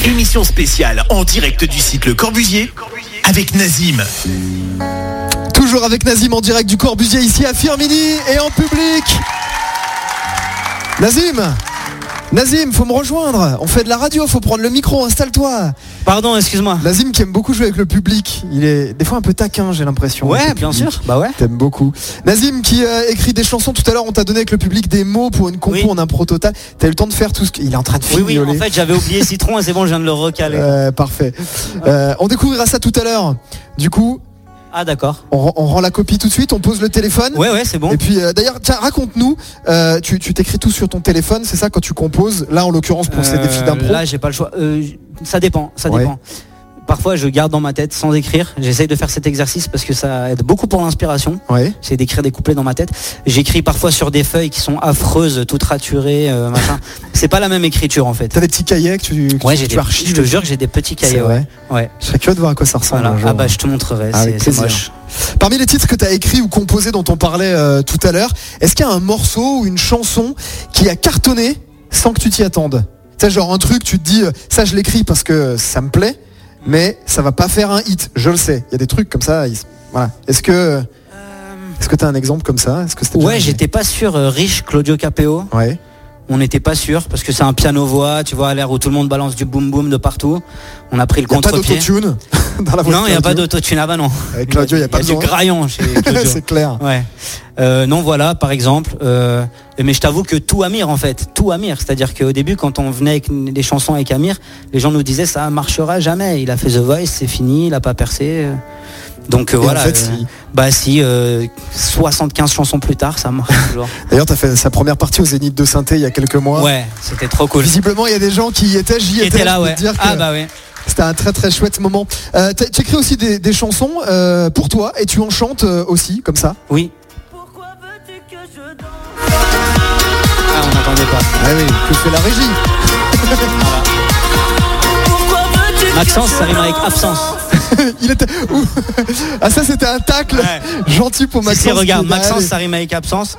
Émission spéciale en direct du site Le Corbusier avec Nazim. Toujours avec Nazim en direct du Corbusier ici à Firminy et en public. Nazim, faut me rejoindre. On fait de la radio, faut prendre le micro, installe-toi. Pardon, excuse-moi. Nazim qui aime beaucoup jouer avec le public. Il est des fois un peu taquin, j'ai l'impression. Ouais, bien sûr. Bah ouais. T'aimes beaucoup. Nazim qui écrit des chansons. Tout à l'heure, on t'a donné avec le public des mots pour une compo en impro total. T'as eu le temps de faire tout ce qu'il est en train de fignoler. Oui, en fait, j'avais oublié Citron et c'est bon, je viens de le recaler. Parfait. On découvrira ça tout à l'heure. Du coup. Ah d'accord. On rend la copie tout de suite, on pose le téléphone. Ouais, c'est bon. Et puis d'ailleurs, tiens, raconte-nous, tu t'écris tout sur ton téléphone, c'est ça quand tu composes? Là en l'occurrence pour ces défis d'impro. Là j'ai pas le choix. Ça dépend. Parfois je garde dans ma tête sans écrire. J'essaye de faire cet exercice parce que ça aide beaucoup pour l'inspiration. Ouais. J'essaie d'écrire des couplets dans ma tête. J'écris parfois sur des feuilles qui sont affreuses, toutes raturées, machin. C'est pas la même écriture en fait. T'as des petits cahiers que tu archives? Je te jure que j'ai des petits cahiers. Ouais. Je serais curieux de voir à quoi ça ressemble. Voilà. Ah bah je te montrerai. C'est moche. Parmi les titres que tu as écrits ou composés dont on parlait tout à l'heure, est-ce qu'il y a un morceau ou une chanson qui a cartonné sans que tu t'y attendes? Tu sais, genre un truc, tu te dis ça je l'écris parce que ça me plaît, mais ça va pas faire un hit, je le sais. Il y a des trucs comme ça. Voilà. Est-ce que tu as un exemple comme ça? Ouais, j'étais pas sûr. Riche, Claudio Capéo. Ouais. On n'était pas sûr parce que c'est un piano-voix, tu vois, à l'air où tout le monde balance du boom-boom de partout. On a pris le contre-pied. Il n'y a pas d'autotune dans la voix. Non, il n'y a pas d'autotune. Ah bah non. Avec Claudio, il n'y a pas besoin. Il y a du graillon chez Claudio. C'est clair. Ouais. Non, voilà, par exemple. Mais je t'avoue que tout Amir, en fait. Tout Amir. C'est-à-dire qu'au début, quand on venait avec des chansons avec Amir, les gens nous disaient ça marchera jamais. Il a fait The Voice, c'est fini, il n'a pas percé. Donc voilà. En fait, si 75 chansons plus tard, ça marche toujours. D'ailleurs, tu as fait sa première partie au Zénith de Saint-Étienne il y a quelques mois. Ouais, c'était trop cool. Visiblement, il y a des gens qui y étaient, j'y étais là, ouais. Ah bah oui. C'était un très très chouette moment. Tu écris aussi des chansons pour toi et tu en chantes aussi, comme ça? Oui. Pourquoi veux-tu que je danse? Ah, on n'entendait pas. Ah oui, que fait la régie. Maxence, ça rime avec absence. Il était... Ah ça c'était un tacle gentil pour Maxence. Si, regarde, Maxence ça rime avec absence.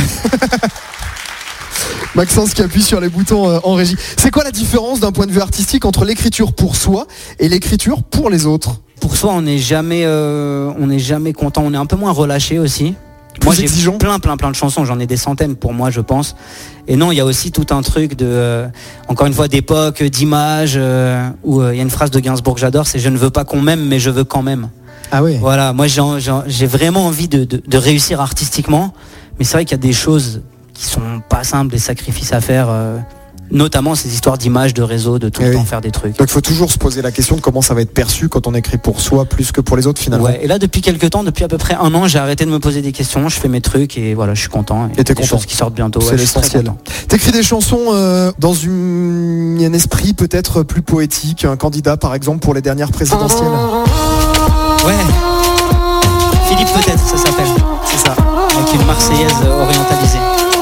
Maxence qui appuie sur les boutons en régie. C'est quoi la différence d'un point de vue artistique entre l'écriture pour soi et l'écriture pour les autres? Pour soi on n'est jamais content, on est un peu moins relâché aussi. Moi j'ai plein de chansons, j'en ai des centaines pour moi je pense. Et non, il y a aussi tout un truc de encore une fois d'époque, d'image, où il y a une phrase de Gainsbourg que j'adore, c'est je ne veux pas qu'on m'aime mais je veux quand même. Ah oui. Voilà, moi j'ai vraiment envie de réussir artistiquement, mais c'est vrai qu'il y a des choses qui sont pas simples, des sacrifices à faire. Notamment ces histoires d'images, de réseau, de tout le temps faire des trucs. Donc il faut toujours se poser la question de comment ça va être perçu quand on écrit pour soi plus que pour les autres finalement. Ouais, et là depuis quelques temps, depuis à peu près 1 an, j'ai arrêté de me poser des questions, je fais mes trucs et voilà, je suis content. Et t'es content. Des choses qui sortent bientôt, c'est l'essentiel. T'écris des chansons dans un esprit peut-être plus poétique, un candidat par exemple pour les dernières présidentielles. Ouais. Philippe peut-être, ça s'appelle. C'est ça. Avec une Marseillaise orientalisée.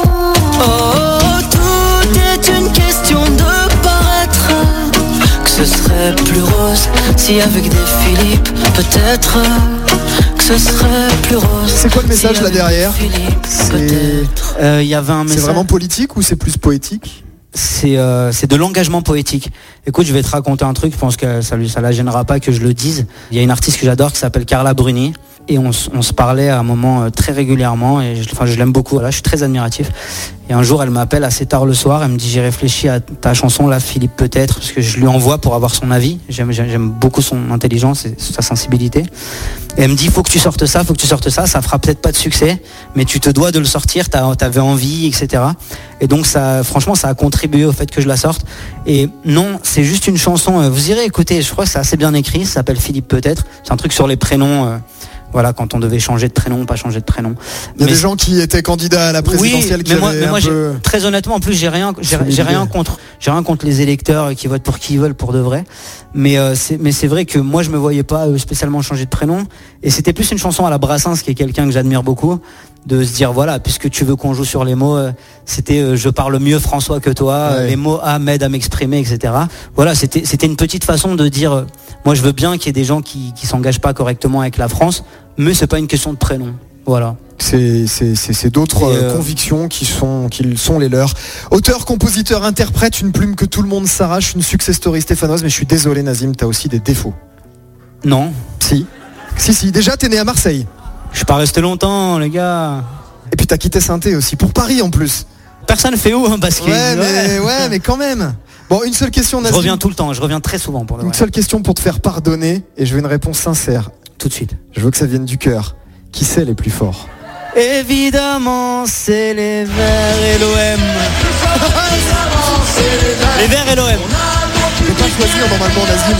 Ce serait plus rose si avec des Philippe, peut-être que ce serait plus rose. C'est quoi le message là derrière? Il y avait un message. C'est vraiment politique ou c'est plus poétique? C'est de l'engagement poétique. Écoute, je vais te raconter un truc, je pense que ça la gênera pas que je le dise. Il y a une artiste que j'adore qui s'appelle Carla Bruni. Et on se parlait à un moment très régulièrement et je l'aime beaucoup, voilà, je suis très admiratif. Et un jour elle m'appelle assez tard le soir, elle me dit j'ai réfléchi à ta chanson là Philippe peut-être, parce que je lui envoie pour avoir son avis, j'aime beaucoup son intelligence et sa sensibilité. Et elle me dit faut que tu sortes ça, ça fera peut-être pas de succès, mais tu te dois de le sortir, t'avais envie, etc. Et donc ça, franchement ça a contribué au fait que je la sorte. Et non, c'est juste une chanson, vous irez écouter, je crois que c'est assez bien écrit, ça s'appelle Philippe peut-être, c'est un truc sur les prénoms. Voilà, quand on devait changer de prénom, pas changer de prénom. Il y a des gens qui étaient candidats à la présidentielle qui avaient moi, très honnêtement, en plus, j'ai rien contre les électeurs qui votent pour qui ils veulent pour de vrai. Mais c'est vrai que moi, je me voyais pas spécialement changer de prénom. Et c'était plus une chanson à la Brassens, qui est quelqu'un que j'admire beaucoup, de se dire voilà, puisque tu veux qu'on joue sur les mots, c'était je parle mieux François que toi, les mots m'aident à m'exprimer, etc. Voilà, c'était une petite façon de dire moi je veux bien qu'il y ait des gens qui s'engagent pas correctement avec la France, mais c'est pas une question de prénom. Voilà. C'est d'autres convictions qui sont les leurs. Auteur, compositeur, interprète, une plume que tout le monde s'arrache, une success story stéphanoise, mais je suis désolé Nazim, t'as aussi des défauts. Non. Si. Déjà t'es né à Marseille. Je suis pas resté longtemps, les gars. Et puis t'as quitté Saint-Étienne aussi, pour Paris en plus. Personne fait où, hein, parce que... Ouais, mais quand même. Bon, une seule question Nazim. Je reviens tout le temps, je reviens très souvent pour le Une seule question pour te faire pardonner, et je veux une réponse sincère. Tout de suite. Je veux que ça vienne du cœur. Qui c'est les plus forts? Évidemment, c'est les Verts et l'OM. Les Verts et l'OM. Tu peux pas choisir normalement Nazim.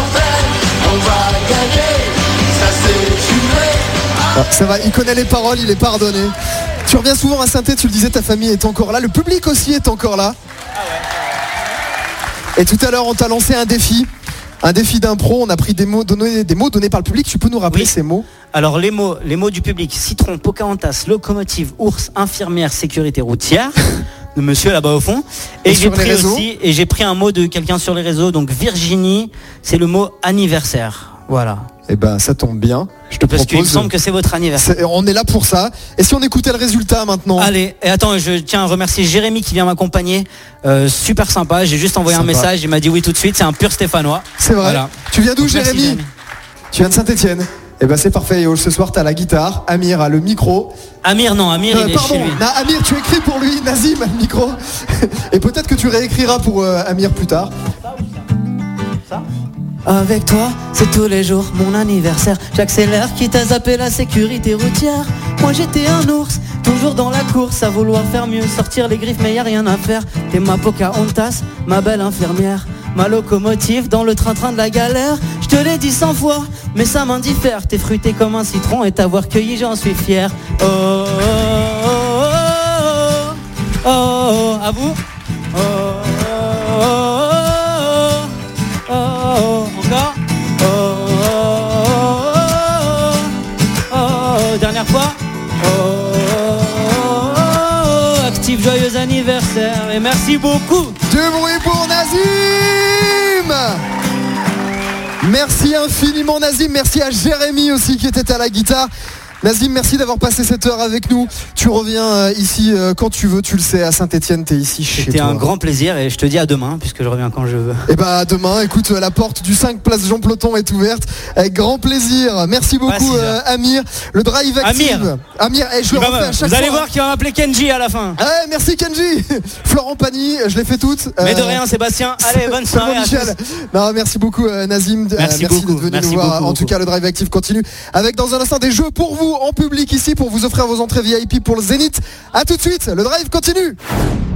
Ça va, il connaît les paroles, il est pardonné. Tu reviens souvent à Saint-Étienne, tu le disais, ta famille est encore là, le public aussi est encore là. Et tout à l'heure, on t'a lancé un défi d'impro, on a pris des mots donnés par le public, tu peux nous rappeler ces mots? Alors les mots du public: citron, Pocahontas, locomotive, ours, infirmière, sécurité routière. De monsieur là-bas au fond. Et j'ai pris un mot de quelqu'un sur les réseaux, donc Virginie, c'est le mot anniversaire. Voilà. Eh ben ça tombe bien. Je te propose. Parce qu'il me semble que c'est votre anniversaire. On est là pour ça. Et si on écoutait le résultat maintenant? Allez, et attends, je tiens à remercier Jérémy qui vient m'accompagner. Super sympa. J'ai juste envoyé un message, il m'a dit oui tout de suite. C'est un pur Stéphanois. C'est vrai. Voilà. Tu viens d'où, Jérémy? Tu viens de Saint-Étienne. Eh ben c'est parfait. Et ce soir t'as la guitare, Amir a le micro. Amir il est chez lui. Amir, tu écris pour lui, Nazim a le micro. Et peut-être que tu réécriras pour Amir plus tard. Avec toi, c'est tous les jours mon anniversaire. J'accélère quitte à zapper la sécurité routière. Moi j'étais un ours, toujours dans la course, à vouloir faire mieux, sortir les griffes mais y a rien à faire. T'es ma Pocahontas, ma belle infirmière, ma locomotive dans le train-train de la galère. Je te l'ai dit 100 fois, mais ça m'indiffère. T'es fruité comme un citron et t'avoir cueilli j'en suis fier. Oh, oh, oh, oh, oh, oh, à vous. Oh, oh, oh, oh, oh, encore. Oh, oh, oh, oh, dernière fois. Oh, oh, oh, active, joyeux anniversaire et merci beaucoup. Du bruit pour Nazim. Merci infiniment Nazim, merci à Jérémy aussi qui était à la guitare. Nazim, merci d'avoir passé cette heure avec nous. Tu reviens ici quand tu veux, tu le sais, à Saint-Étienne, t'es ici chez toi. C'était un grand plaisir et je te dis à demain puisque je reviens quand je veux. Et bah à demain, écoute, la porte du 5 place Jean Ploton est ouverte avec grand plaisir. Merci beaucoup Amir. Le drive active. Amir, je le refais à chaque fois. Vous allez voir qu'il va m'appeler Kenji à la fin. Ouais, merci Kenji. Florent Pagny, je l'ai fait toutes. Mais de rien Sébastien, allez bonne soirée à tous. Non, merci beaucoup Nazim. Merci d'être venu nous voir. En tout cas, le drive active continue avec dans un instant des jeux pour vous en public ici pour vous offrir vos entrées VIP pour le Zénith. A tout de suite, le drive continue.